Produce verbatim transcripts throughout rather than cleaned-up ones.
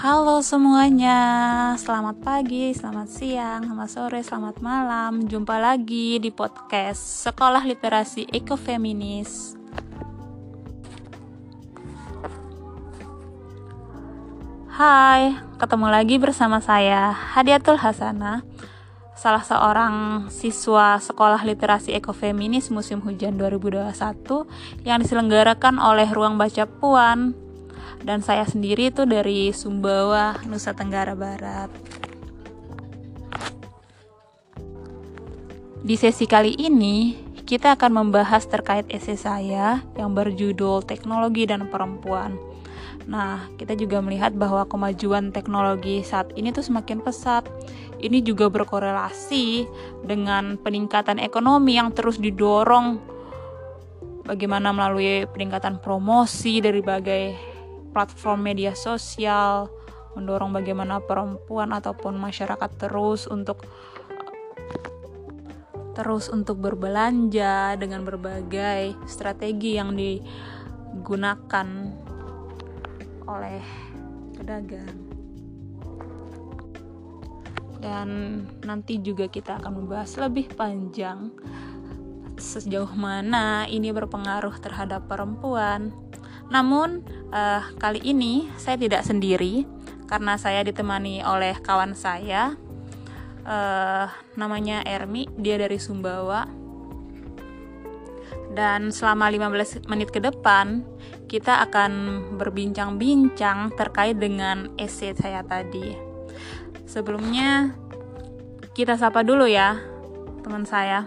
Halo semuanya, selamat pagi, selamat siang, selamat sore, selamat malam. Jumpa lagi di podcast Sekolah Literasi Ekofeminis. Hai, ketemu lagi bersama saya Hadiatul Hasanah, salah seorang siswa Sekolah Literasi Ekofeminis musim hujan dua ribu dua puluh satu yang diselenggarakan oleh Ruang Baca Puan. Dan saya sendiri itu dari Sumbawa, Nusa Tenggara Barat. Di sesi kali ini, kita akan membahas terkait esai saya yang berjudul Teknologi dan Perempuan. Nah, kita juga melihat bahwa kemajuan teknologi saat ini tuh semakin pesat. Ini juga berkorelasi dengan peningkatan ekonomi yang terus didorong bagaimana melalui peningkatan promosi dari berbagai platform media sosial, mendorong bagaimana perempuan ataupun masyarakat terus untuk terus untuk berbelanja dengan berbagai strategi yang digunakan oleh pedagang. Dan nanti juga kita akan membahas lebih panjang sejauh mana ini berpengaruh terhadap perempuan. Namun uh, kali ini saya tidak sendiri karena saya ditemani oleh kawan saya, uh, namanya Ermi, dia dari Sumbawa. Dan selama lima belas menit ke depan kita akan berbincang-bincang terkait dengan esai saya tadi. Sebelumnya kita sapa dulu ya teman saya.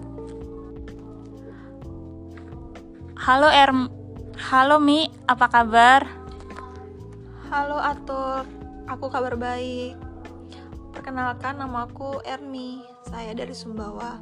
Halo Ermi. Halo Mi, apa kabar? Halo Atul, aku kabar baik. Perkenalkan, nama aku Ermi, saya dari Sumbawa.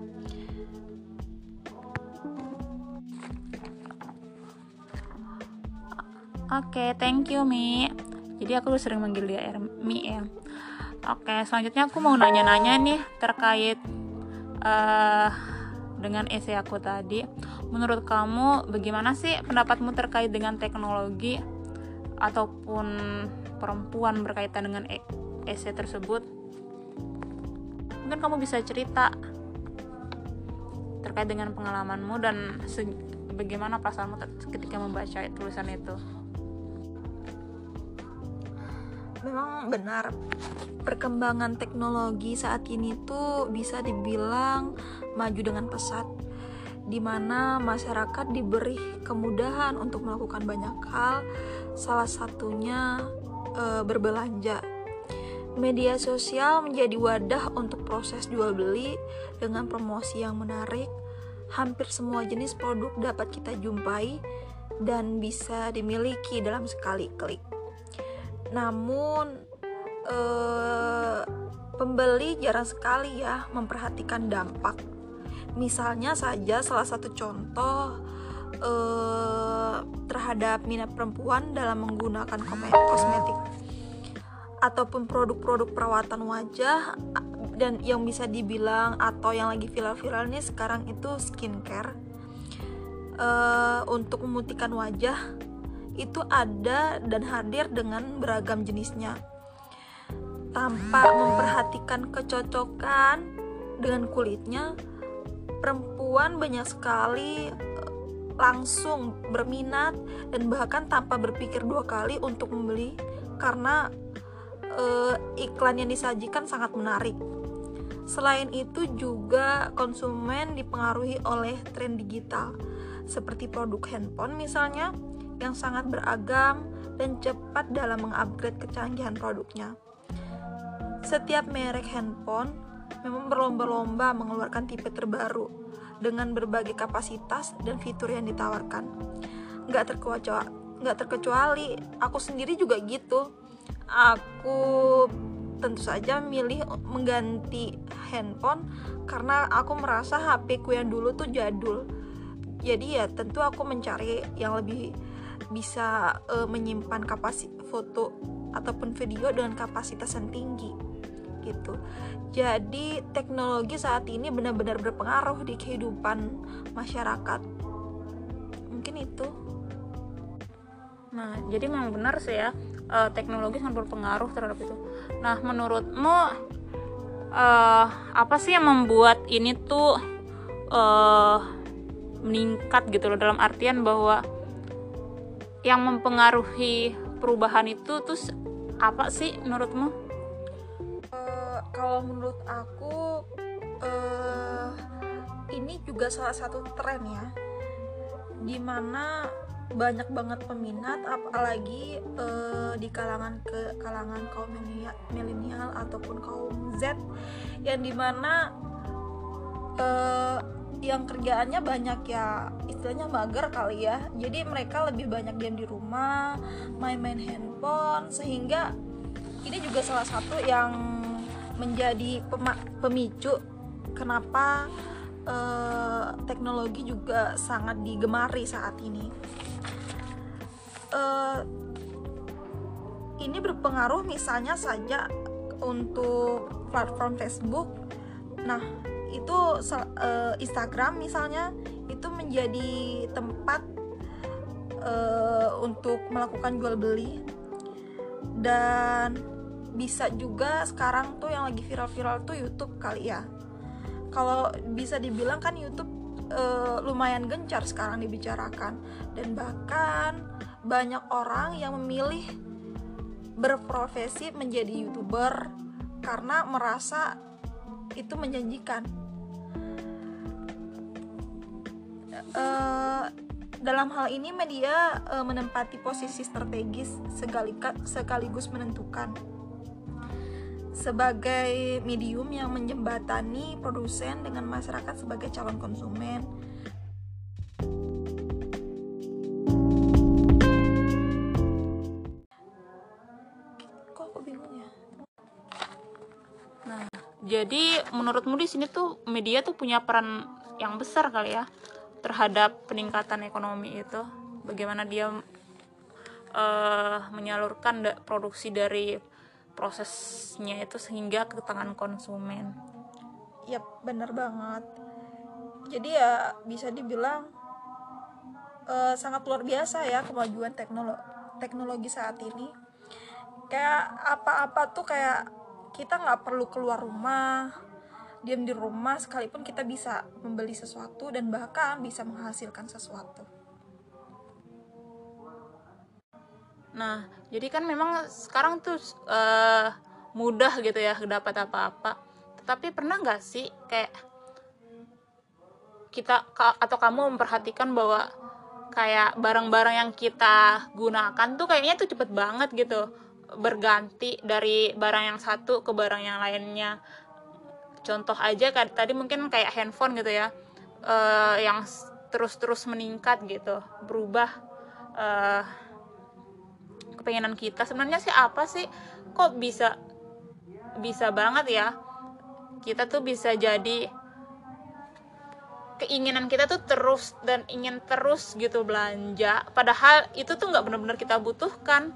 Oke, okay, thank you Mi. Jadi aku sering manggil dia Ermi ya. Oke, okay, selanjutnya aku mau nanya-nanya nih terkait uh, dengan esai aku tadi. Menurut kamu bagaimana sih pendapatmu terkait dengan teknologi ataupun perempuan berkaitan dengan esai tersebut? Mungkin kamu bisa cerita terkait dengan pengalamanmu dan se- bagaimana perasaanmu ketika membaca tulisan itu. Memang benar, perkembangan teknologi saat ini tuh bisa dibilang maju dengan pesat, di mana masyarakat diberi kemudahan untuk melakukan banyak hal, salah satunya e, berbelanja. Media sosial menjadi wadah untuk proses jual beli dengan promosi yang menarik. Hampir semua jenis produk dapat kita jumpai dan bisa dimiliki dalam sekali klik. Namun e, pembeli jarang sekali ya memperhatikan dampak. Misalnya saja salah satu contoh eh, terhadap minat perempuan dalam menggunakan kosmetik ataupun produk-produk perawatan wajah, dan yang bisa dibilang atau yang lagi viral-viral nih sekarang itu skincare eh, untuk memutihkan wajah itu ada dan hadir dengan beragam jenisnya. Tanpa memperhatikan kecocokan dengan kulitnya, perempuan banyak sekali langsung berminat dan bahkan tanpa berpikir dua kali untuk membeli karena e, iklan yang disajikan sangat menarik. Selain itu juga konsumen dipengaruhi oleh tren digital seperti produk handphone misalnya yang sangat beragam dan cepat dalam mengupgrade kecanggihan produknya. Setiap merek handphone memang berlomba-lomba mengeluarkan tipe terbaru dengan berbagai kapasitas dan fitur yang ditawarkan. Nggak terkecuali, nggak terkecuali, aku sendiri juga gitu. Aku tentu saja milih mengganti handphone karena aku merasa H P ku yang dulu tuh jadul. Jadi ya tentu aku mencari yang lebih bisa uh, menyimpan kapasitas foto ataupun video dengan kapasitas yang tinggi. Gitu. Jadi teknologi saat ini benar-benar berpengaruh di kehidupan masyarakat. Mungkin itu. Nah, jadi memang benar sih ya, uh, teknologi sangat berpengaruh terhadap itu. Nah, menurutmu uh, apa sih yang membuat ini tuh uh, meningkat gitu loh, dalam artian bahwa yang mempengaruhi perubahan itu terus apa sih menurutmu? Uh, kalau menurut aku uh, ini juga salah satu tren ya, dimana banyak banget peminat, apalagi uh, di kalangan ke kalangan kaum milenial ataupun kaum Z, yang dimana uh, yang kerjaannya banyak ya, istilahnya mager kali ya, jadi mereka lebih banyak diam di rumah, main-main handphone, sehingga ini juga salah satu yang menjadi pema- pemicu kenapa uh, teknologi juga sangat digemari saat ini. Uh, ini berpengaruh misalnya saja untuk platform Facebook. Nah, itu uh, Instagram misalnya itu menjadi tempat uh, untuk melakukan jual beli, dan bisa juga sekarang tuh yang lagi viral-viral tuh YouTube kali ya. Kalau bisa dibilang kan YouTube uh, lumayan gencar sekarang dibicarakan, dan bahkan banyak orang yang memilih berprofesi menjadi YouTuber karena merasa itu menjanjikan. Uh, dalam hal ini media uh, menempati posisi strategis sekaligus menentukan sebagai medium yang menjembatani produsen dengan masyarakat sebagai calon konsumen. Jadi menurutmu di sini tuh media tuh punya peran yang besar kali ya terhadap peningkatan ekonomi itu? Bagaimana dia uh, menyalurkan da- produksi dari prosesnya itu sehingga ke tangan konsumen? Yap, benar banget. Jadi ya bisa dibilang uh, sangat luar biasa ya kemajuan teknolo- teknologi saat ini. Kayak apa-apa tuh kayak kita nggak perlu keluar rumah, diam di rumah sekalipun kita bisa membeli sesuatu dan bahkan bisa menghasilkan sesuatu. Nah, jadi kan memang sekarang tuh uh, mudah gitu ya dapat apa-apa. Tetapi pernah nggak sih kayak kita atau kamu memperhatikan bahwa kayak barang-barang yang kita gunakan tuh kayaknya tuh cepet banget gitu berganti dari barang yang satu ke barang yang lainnya. Contoh aja kan tadi mungkin kayak handphone gitu ya, uh, yang terus-terus meningkat gitu, berubah uh, kepengenan kita. Sebenarnya sih apa sih, kok bisa bisa banget ya kita tuh bisa jadi keinginan kita tuh terus dan ingin terus gitu belanja, padahal itu tuh nggak benar-benar kita butuhkan.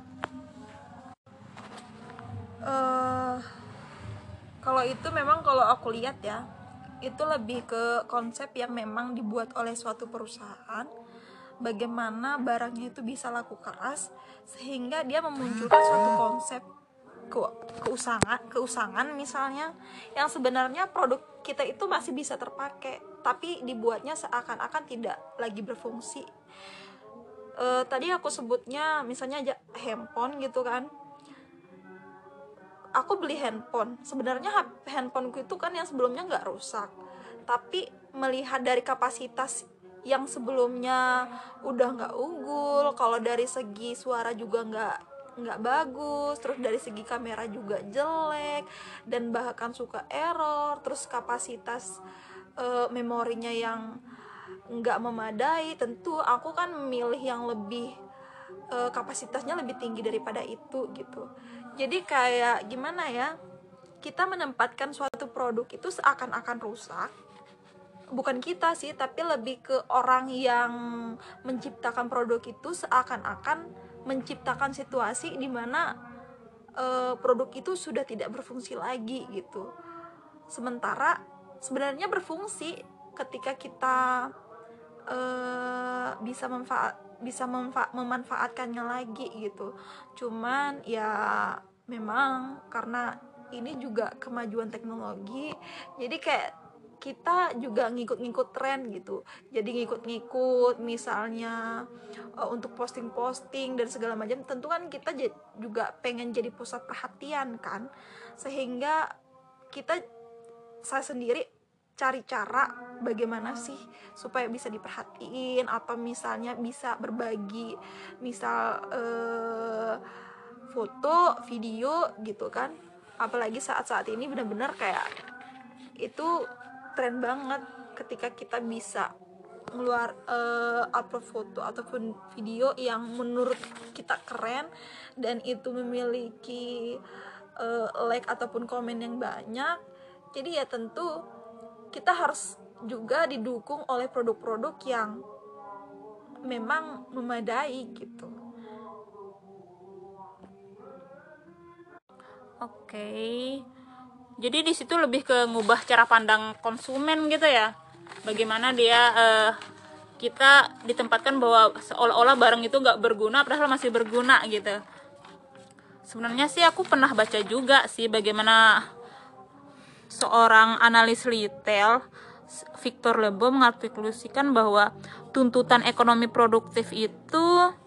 Uh, kalau itu memang kalau aku lihat ya, itu lebih ke konsep yang memang dibuat oleh suatu perusahaan, bagaimana barangnya itu bisa laku keras sehingga dia memunculkan suatu konsep ke keusangan, keusangan misalnya, yang sebenarnya produk kita itu masih bisa terpakai, tapi dibuatnya seakan-akan tidak lagi berfungsi. Uh, tadi aku sebutnya misalnya aja handphone gitu kan. Aku beli handphone, sebenarnya handphoneku itu kan yang sebelumnya nggak rusak, tapi melihat dari kapasitas yang sebelumnya udah nggak unggul, kalau dari segi suara juga nggak nggak bagus, terus dari segi kamera juga jelek, dan bahkan suka error, terus kapasitas uh, memorinya yang nggak memadai, tentu aku kan memilih yang lebih uh, kapasitasnya lebih tinggi daripada itu gitu. Jadi kayak gimana ya, kita menempatkan suatu produk itu seakan-akan rusak, bukan kita sih, tapi lebih ke orang yang menciptakan produk itu seakan-akan menciptakan situasi di mana uh, produk itu sudah tidak berfungsi lagi gitu. Sementara sebenarnya berfungsi ketika kita uh, bisa manfaat bisa memfa- memanfaatkannya lagi gitu. Cuman ya memang karena ini juga kemajuan teknologi, jadi kayak kita juga ngikut-ngikut tren gitu. Jadi ngikut-ngikut misalnya uh, untuk posting-posting dan segala macam, tentu kan kita j- juga pengen jadi pusat perhatian kan. Sehingga kita saya sendiri cari cara bagaimana sih supaya bisa diperhatiin, atau misalnya bisa berbagi misal eh, foto, video gitu kan. Apalagi saat-saat ini benar-benar kayak itu tren banget ketika kita bisa ngeluar uh, upload foto ataupun video yang menurut kita keren dan itu memiliki uh, like ataupun komen yang banyak. Jadi ya tentu kita harus juga didukung oleh produk-produk yang memang memadai gitu. Oke. Jadi di situ lebih ke ngubah cara pandang konsumen gitu ya. Bagaimana dia uh, kita ditempatkan bahwa seolah-olah barang itu nggak berguna padahal masih berguna gitu. Sebenarnya sih aku pernah baca juga sih bagaimana seorang analis retail Victor Lebo mengartikulasikan bahwa tuntutan ekonomi produktif itu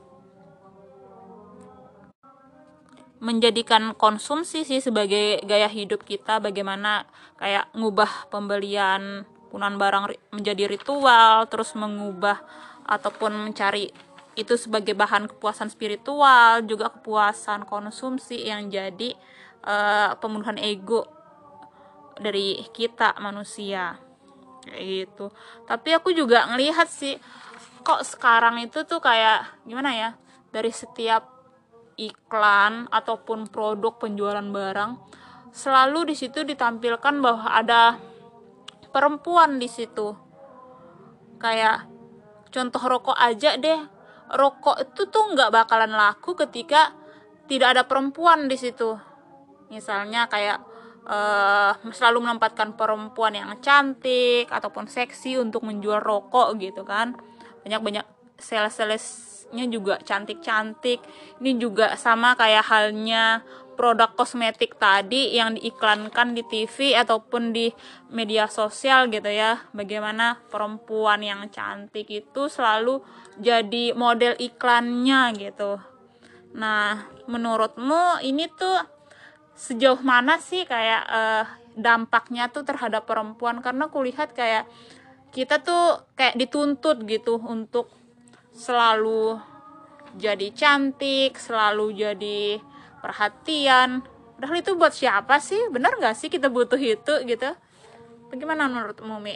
menjadikan konsumsi sih sebagai gaya hidup kita, bagaimana kayak ngubah pembelian penggunaan barang menjadi ritual, terus mengubah ataupun mencari itu sebagai bahan kepuasan spiritual, juga kepuasan konsumsi yang jadi uh, pembunuhan ego dari kita manusia kayak gitu. Tapi aku juga ngelihat sih kok sekarang itu tuh kayak gimana ya, dari setiap iklan ataupun produk penjualan barang selalu di situ ditampilkan bahwa ada perempuan di situ. Kayak contoh rokok aja deh, rokok itu tuh nggak bakalan laku ketika tidak ada perempuan di situ. Misalnya kayak uh, selalu menempatkan perempuan yang cantik ataupun seksi untuk menjual rokok gitu kan. Banyak-banyak sales-salesnya juga cantik-cantik. Ini juga sama kayak halnya produk kosmetik tadi yang diiklankan di T V ataupun di media sosial gitu ya. Bagaimana perempuan yang cantik itu selalu jadi model iklannya gitu. Nah, menurutmu ini tuh sejauh mana sih kayak uh, dampaknya tuh terhadap perempuan? Karena kulihat kayak kita tuh kayak dituntut gitu untuk selalu jadi cantik, selalu jadi perhatian. Padahal itu buat siapa sih? Benar nggak sih kita butuh itu gitu? Bagaimana menurutmu, Mi?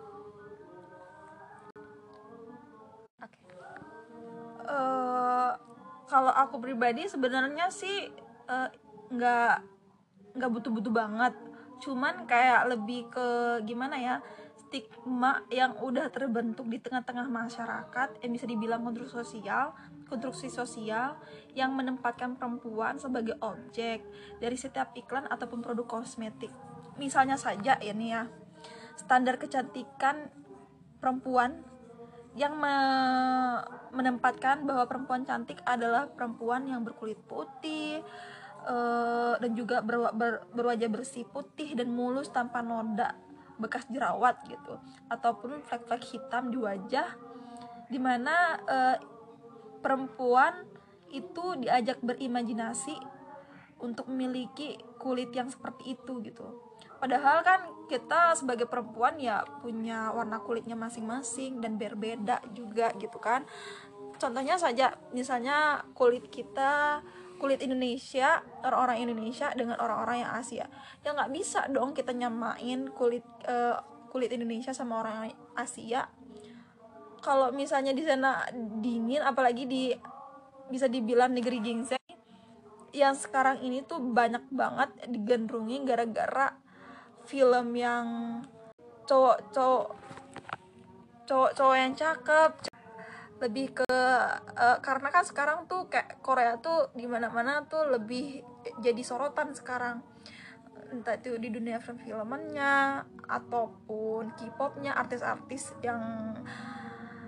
Okay. Uh, kalau aku pribadi sebenarnya sih uh, nggak nggak butuh-butuh banget, cuman kayak lebih ke gimana ya, stigma yang udah terbentuk di tengah-tengah masyarakat yang bisa dibilang konstruksi sosial konstruksi sosial yang menempatkan perempuan sebagai objek dari setiap iklan ataupun produk kosmetik. Misalnya saja ya nih ya, standar kecantikan perempuan yang me- menempatkan bahwa perempuan cantik adalah perempuan yang berkulit putih, Uh, dan juga ber, ber, berwajah bersih putih dan mulus tanpa noda bekas jerawat gitu, ataupun flek-flek hitam di wajah, dimana uh, perempuan itu diajak berimajinasi untuk memiliki kulit yang seperti itu gitu. Padahal kan kita sebagai perempuan ya punya warna kulitnya masing-masing dan berbeda juga gitu kan. Contohnya saja misalnya kulit kita, kulit Indonesia, orang-orang Indonesia dengan orang-orang yang Asia, ya nggak bisa dong kita nyamain kulit uh, kulit Indonesia sama orang Asia. Kalau misalnya di sana dingin, apalagi di bisa dibilang negeri gingseng, yang sekarang ini tuh banyak banget digandrungi gara-gara film yang cowok-cowok cowok-cowok yang cakep. Lebih ke uh, karena kan sekarang tuh kayak Korea tuh di mana-mana tuh lebih jadi sorotan sekarang, entah itu di dunia film-filmannya ataupun K-popnya, artis-artis yang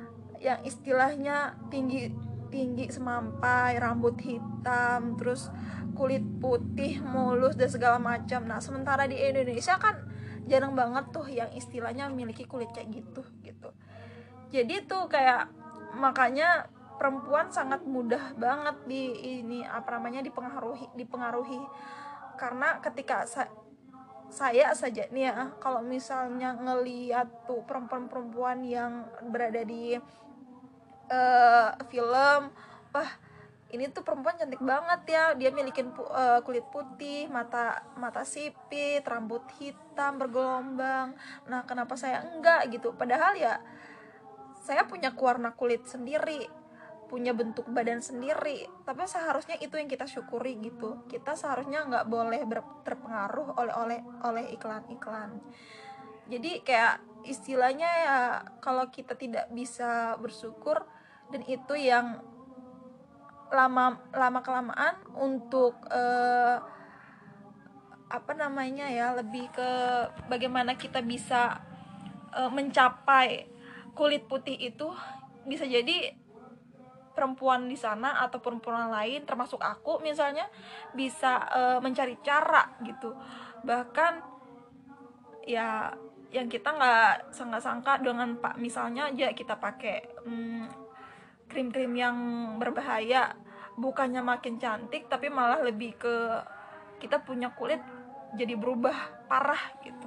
yang istilahnya tinggi tinggi semampai, rambut hitam, terus kulit putih, mulus dan segala macam. Nah, sementara di Indonesia kan jarang banget tuh yang istilahnya memiliki kulit kayak gitu gitu. Jadi tuh kayak makanya perempuan sangat mudah banget di ini apa namanya dipengaruhi dipengaruhi karena ketika sa- saya saja nih ya, kalau misalnya ngeliat tuh perempuan-perempuan yang berada di uh, film, wah ini tuh perempuan cantik banget ya, dia milikin pu- uh, kulit putih, mata mata sipit, rambut hitam bergelombang. Nah, kenapa saya enggak gitu? Padahal ya saya punya warna kulit sendiri, punya bentuk badan sendiri, tapi seharusnya itu yang kita syukuri gitu. Kita seharusnya nggak boleh ber- terpengaruh oleh oleh oleh iklan-iklan. Jadi kayak istilahnya ya, kalau kita tidak bisa bersyukur, dan itu yang lama lama kelamaan untuk uh, apa namanya ya, lebih ke bagaimana kita bisa uh, mencapai kulit putih itu, bisa jadi perempuan di sana atau perempuan lain termasuk aku misalnya bisa uh, mencari cara gitu, bahkan ya yang kita nggak sangka-sangka dengan pak misalnya aja kita pakai hmm, krim-krim yang berbahaya, bukannya makin cantik tapi malah lebih ke kita punya kulit jadi berubah parah gitu.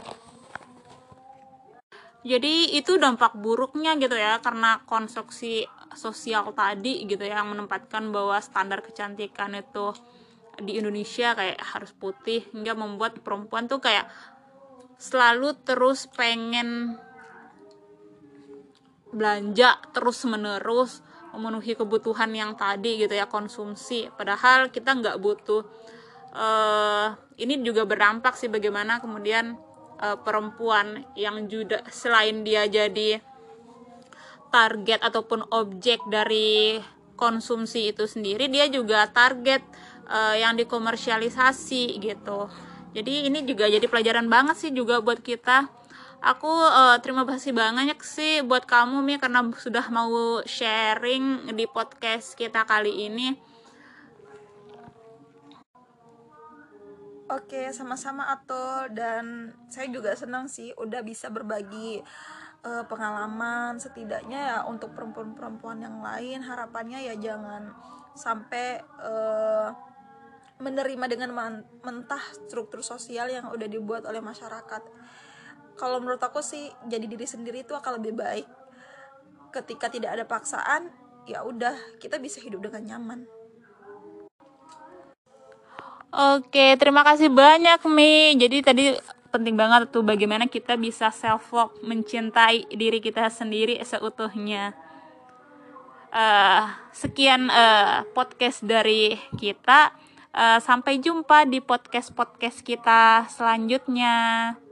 Jadi itu dampak buruknya gitu ya, karena konstruksi sosial tadi gitu ya, yang menempatkan bahwa standar kecantikan itu di Indonesia kayak harus putih, hingga membuat perempuan tuh kayak selalu terus pengen belanja terus menerus memenuhi kebutuhan yang tadi gitu ya, konsumsi, padahal kita nggak butuh. Uh, ini juga berdampak sih bagaimana kemudian uh, perempuan yang juga selain dia jadi target ataupun objek dari konsumsi itu sendiri, dia juga target uh, yang dikomersialisasi gitu. Jadi ini juga jadi pelajaran banget sih juga buat kita. Aku uh, terima kasih banyak sih buat kamu Mi karena sudah mau sharing di podcast kita kali ini. Oke, sama-sama Atul, dan saya juga senang sih udah bisa berbagi uh, pengalaman setidaknya ya untuk perempuan-perempuan yang lain. Harapannya ya jangan sampai uh, menerima dengan mentah struktur sosial yang udah dibuat oleh masyarakat. Kalau menurut aku sih jadi diri sendiri itu akan lebih baik. Ketika tidak ada paksaan, ya udah kita bisa hidup dengan nyaman. Oke, terima kasih banyak Mi. Jadi tadi penting banget tuh bagaimana kita bisa self love, mencintai diri kita sendiri seutuhnya. Uh, sekian uh, podcast dari kita. Uh, sampai jumpa di podcast-podcast kita selanjutnya.